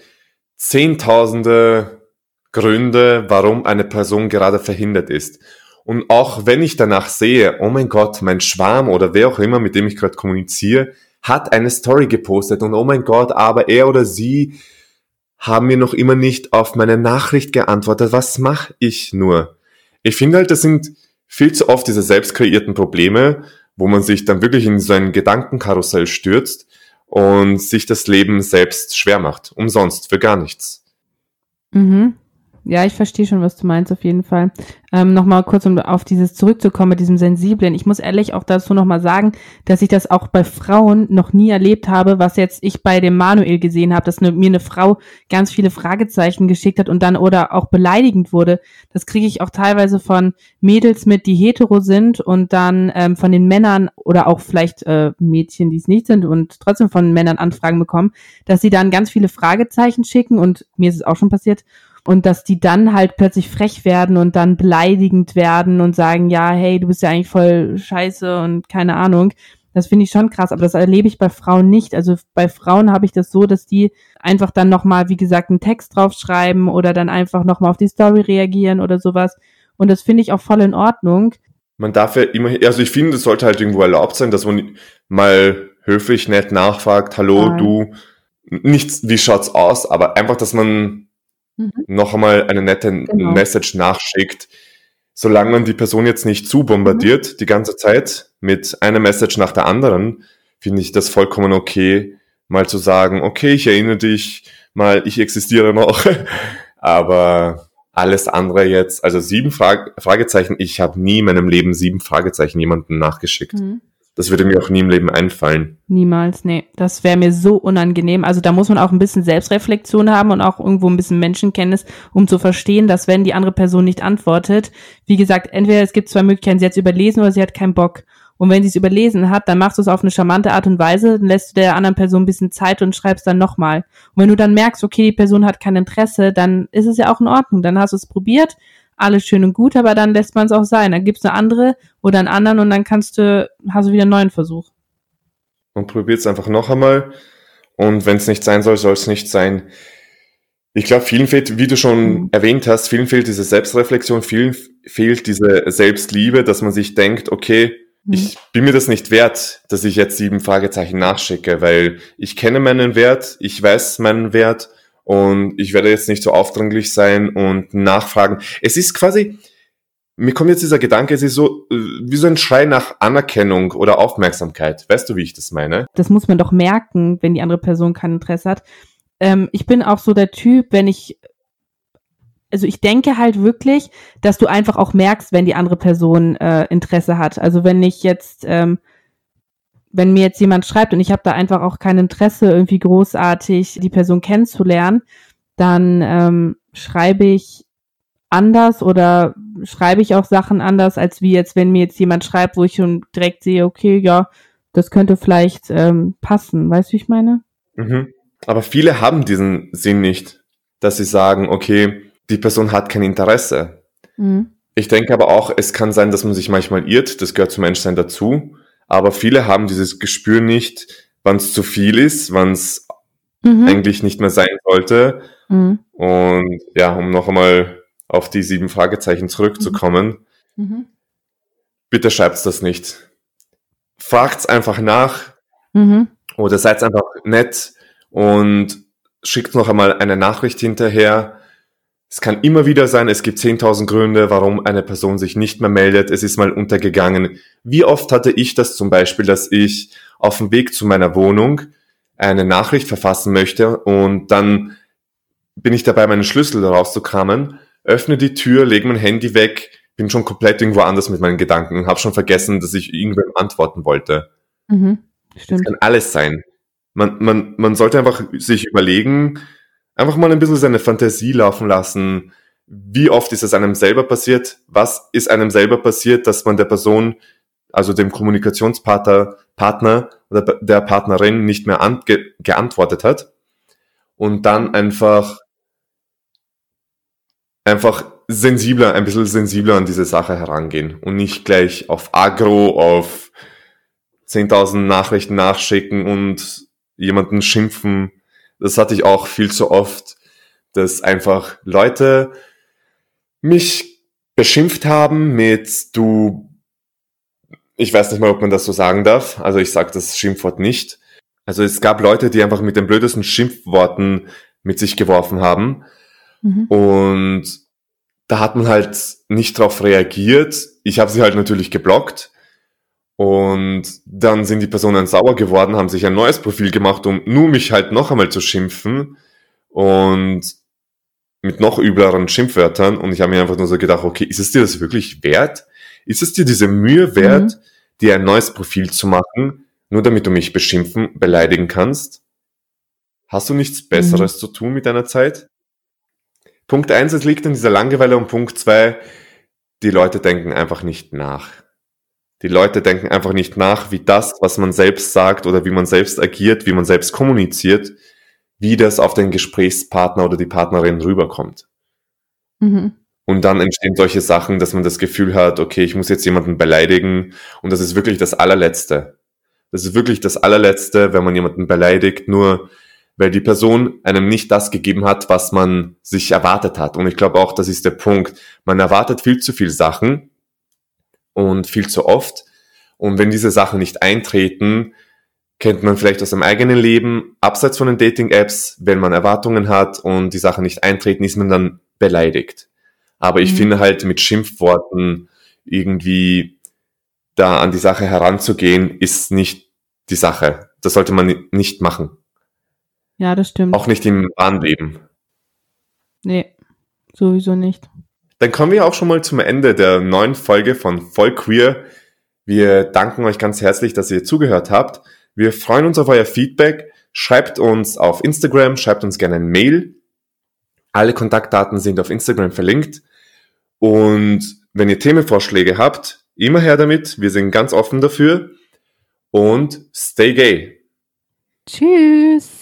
zehntausende Gründe, warum eine Person gerade verhindert ist. Und auch wenn ich danach sehe, oh mein Gott, mein Schwarm oder wer auch immer, mit dem ich gerade kommuniziere, hat eine Story gepostet und oh mein Gott, aber er oder sie haben mir noch immer nicht auf meine Nachricht geantwortet. Was mache ich nur? Ich finde halt, das sind viel zu oft diese selbst kreierten Probleme, wo man sich dann wirklich in so ein Gedankenkarussell stürzt und sich das Leben selbst schwer macht. Umsonst, für gar nichts. Mhm. Ja, ich verstehe schon, was du meinst, auf jeden Fall. Ähm, nochmal kurz, um auf dieses zurückzukommen mit diesem Sensiblen. Ich muss ehrlich auch dazu nochmal sagen, dass ich das auch bei Frauen noch nie erlebt habe, was jetzt ich bei dem Manuel gesehen habe, dass ne, mir eine Frau ganz viele Fragezeichen geschickt hat und dann oder auch beleidigend wurde. Das kriege ich auch teilweise von Mädels mit, die hetero sind und dann ähm, von den Männern oder auch vielleicht äh, Mädchen, die es nicht sind und trotzdem von Männern Anfragen bekommen, dass sie dann ganz viele Fragezeichen schicken und mir ist es auch schon passiert, und dass die dann halt plötzlich frech werden und dann beleidigend werden und sagen, ja, hey, du bist ja eigentlich voll scheiße und keine Ahnung. Das finde ich schon krass, aber das erlebe ich bei Frauen nicht. Also bei Frauen habe ich das so, dass die einfach dann nochmal, wie gesagt, einen Text draufschreiben oder dann einfach nochmal auf die Story reagieren oder sowas. Und das finde ich auch voll in Ordnung. Man darf ja immer, also ich finde, es sollte halt irgendwo erlaubt sein, dass man mal höflich, nett nachfragt, hallo, Nein. du, nichts, wie schaut's aus, aber einfach, dass man mhm. noch einmal eine nette genau. Message nachschickt, solange man die Person jetzt nicht zu bombardiert, mhm. die ganze Zeit mit einer Message nach der anderen, finde ich das vollkommen okay, mal zu sagen, okay, ich erinnere dich, mal, ich existiere noch, aber alles andere jetzt, also sieben Frage, Fragezeichen, ich habe nie in meinem Leben sieben Fragezeichen jemandem nachgeschickt. Mhm. Das würde mir auch nie im Leben einfallen. Niemals, nee. Das wäre mir so unangenehm. Also da muss man auch ein bisschen Selbstreflexion haben und auch irgendwo ein bisschen Menschenkenntnis, um zu verstehen, dass wenn die andere Person nicht antwortet, wie gesagt, entweder es gibt zwei Möglichkeiten, sie hat es überlesen oder sie hat keinen Bock. Und wenn sie es überlesen hat, dann machst du es auf eine charmante Art und Weise, dann lässt du der anderen Person ein bisschen Zeit und schreibst dann nochmal. Und wenn du dann merkst, okay, die Person hat kein Interesse, dann ist es ja auch in Ordnung. Dann hast du es probiert, alles schön und gut, aber dann lässt man es auch sein. Dann gibt's eine andere oder einen anderen und dann kannst du, hast du wieder einen neuen Versuch. Und probier's einfach noch einmal. Und wenn es nicht sein soll, soll es nicht sein. Ich glaube, vielen fehlt, wie du schon mhm. erwähnt hast, vielen fehlt diese Selbstreflexion, vielen fehlt diese Selbstliebe, dass man sich denkt, okay, mhm. ich bin mir das nicht wert, dass ich jetzt sieben Fragezeichen nachschicke, weil ich kenne meinen Wert, ich weiß meinen Wert, und ich werde jetzt nicht so aufdringlich sein und nachfragen. Es ist quasi, mir kommt jetzt dieser Gedanke, es ist so wie so ein Schrei nach Anerkennung oder Aufmerksamkeit. Weißt du, wie ich das meine? Das muss man doch merken, wenn die andere Person kein Interesse hat. Ähm, ich bin auch so der Typ, wenn ich, also ich denke halt wirklich, dass du einfach auch merkst, wenn die andere Person äh, Interesse hat. Also wenn ich jetzt... Ähm, wenn mir jetzt jemand schreibt und ich habe da einfach auch kein Interesse, irgendwie großartig die Person kennenzulernen, dann ähm, schreibe ich anders oder schreibe ich auch Sachen anders, als wie jetzt, wenn mir jetzt jemand schreibt, wo ich schon direkt sehe, okay, ja, das könnte vielleicht ähm, passen. Weißt du, wie ich meine? Mhm. Aber viele haben diesen Sinn nicht, dass sie sagen, okay, die Person hat kein Interesse. Mhm. Ich denke aber auch, es kann sein, dass man sich manchmal irrt, das gehört zum Menschsein dazu. Aber viele haben dieses Gespür nicht, wann es zu viel ist, wann es mhm. eigentlich nicht mehr sein sollte. Mhm. Und ja, um noch einmal auf die sieben Fragezeichen zurückzukommen, mhm. bitte schreibt das nicht. Fragt's einfach nach mhm. oder seid einfach nett und schickt noch einmal eine Nachricht hinterher. Es kann immer wieder sein, es gibt zehntausend Gründe, warum eine Person sich nicht mehr meldet. Es ist mal untergegangen. Wie oft hatte ich das zum Beispiel, dass ich auf dem Weg zu meiner Wohnung eine Nachricht verfassen möchte und dann bin ich dabei, meinen Schlüssel rauszukramen, öffne die Tür, lege mein Handy weg, bin schon komplett irgendwo anders mit meinen Gedanken und habe schon vergessen, dass ich irgendwem antworten wollte. Mhm, stimmt. Das kann alles sein. Man, man, man sollte einfach sich überlegen, einfach mal ein bisschen seine Fantasie laufen lassen. Wie oft ist es einem selber passiert? Was ist einem selber passiert, dass man der Person, also dem Kommunikationspartner Partner oder der Partnerin nicht mehr an, ge, geantwortet hat? Und dann einfach, einfach sensibler, ein bisschen sensibler an diese Sache herangehen und nicht gleich auf Agro, auf zehntausend Nachrichten nachschicken und jemanden schimpfen. Das hatte ich auch viel zu oft, dass einfach Leute mich beschimpft haben mit du, ich weiß nicht mal, ob man das so sagen darf, also ich sage das Schimpfwort nicht. Also es gab Leute, die einfach mit den blödesten Schimpfworten mit sich geworfen haben mhm. und da hat man halt nicht drauf reagiert. Ich habe sie halt natürlich geblockt und dann sind die Personen sauer geworden, haben sich ein neues Profil gemacht, um nur mich halt noch einmal zu schimpfen und mit noch übleren Schimpfwörtern und ich habe mir einfach nur so gedacht, okay, ist es dir das wirklich wert? Ist es dir diese Mühe wert, mhm. dir ein neues Profil zu machen, nur damit du mich beschimpfen, beleidigen kannst? Hast du nichts Besseres mhm. zu tun mit deiner Zeit? Punkt eins, es liegt an dieser Langeweile und Punkt zwei, die Leute denken einfach nicht nach. Die Leute denken einfach nicht nach, wie das, was man selbst sagt oder wie man selbst agiert, wie man selbst kommuniziert, wie das auf den Gesprächspartner oder die Partnerin rüberkommt. Mhm. Und dann entstehen solche Sachen, dass man das Gefühl hat, okay, ich muss jetzt jemanden beleidigen und das ist wirklich das Allerletzte. Das ist wirklich das Allerletzte, wenn man jemanden beleidigt, nur weil die Person einem nicht das gegeben hat, was man sich erwartet hat. Und ich glaube auch, das ist der Punkt. Man erwartet viel zu viel Sachen und viel zu oft. Und wenn diese Sachen nicht eintreten, kennt man vielleicht aus dem eigenen Leben, abseits von den Dating-Apps, wenn man Erwartungen hat und die Sachen nicht eintreten, ist man dann beleidigt. Aber ich mhm. finde halt, mit Schimpfworten irgendwie da an die Sache heranzugehen, ist nicht die Sache. Das sollte man nicht machen. Ja, das stimmt. Auch nicht im wahren Leben. Nee, sowieso nicht. Dann kommen wir auch schon mal zum Ende der neuen Folge von Voll Queer. Wir danken euch ganz herzlich, dass ihr zugehört habt. Wir freuen uns auf euer Feedback. Schreibt uns auf Instagram, schreibt uns gerne ein Mail. Alle Kontaktdaten sind auf Instagram verlinkt. Und wenn ihr Themenvorschläge habt, immer her damit. Wir sind ganz offen dafür. Und stay gay. Tschüss.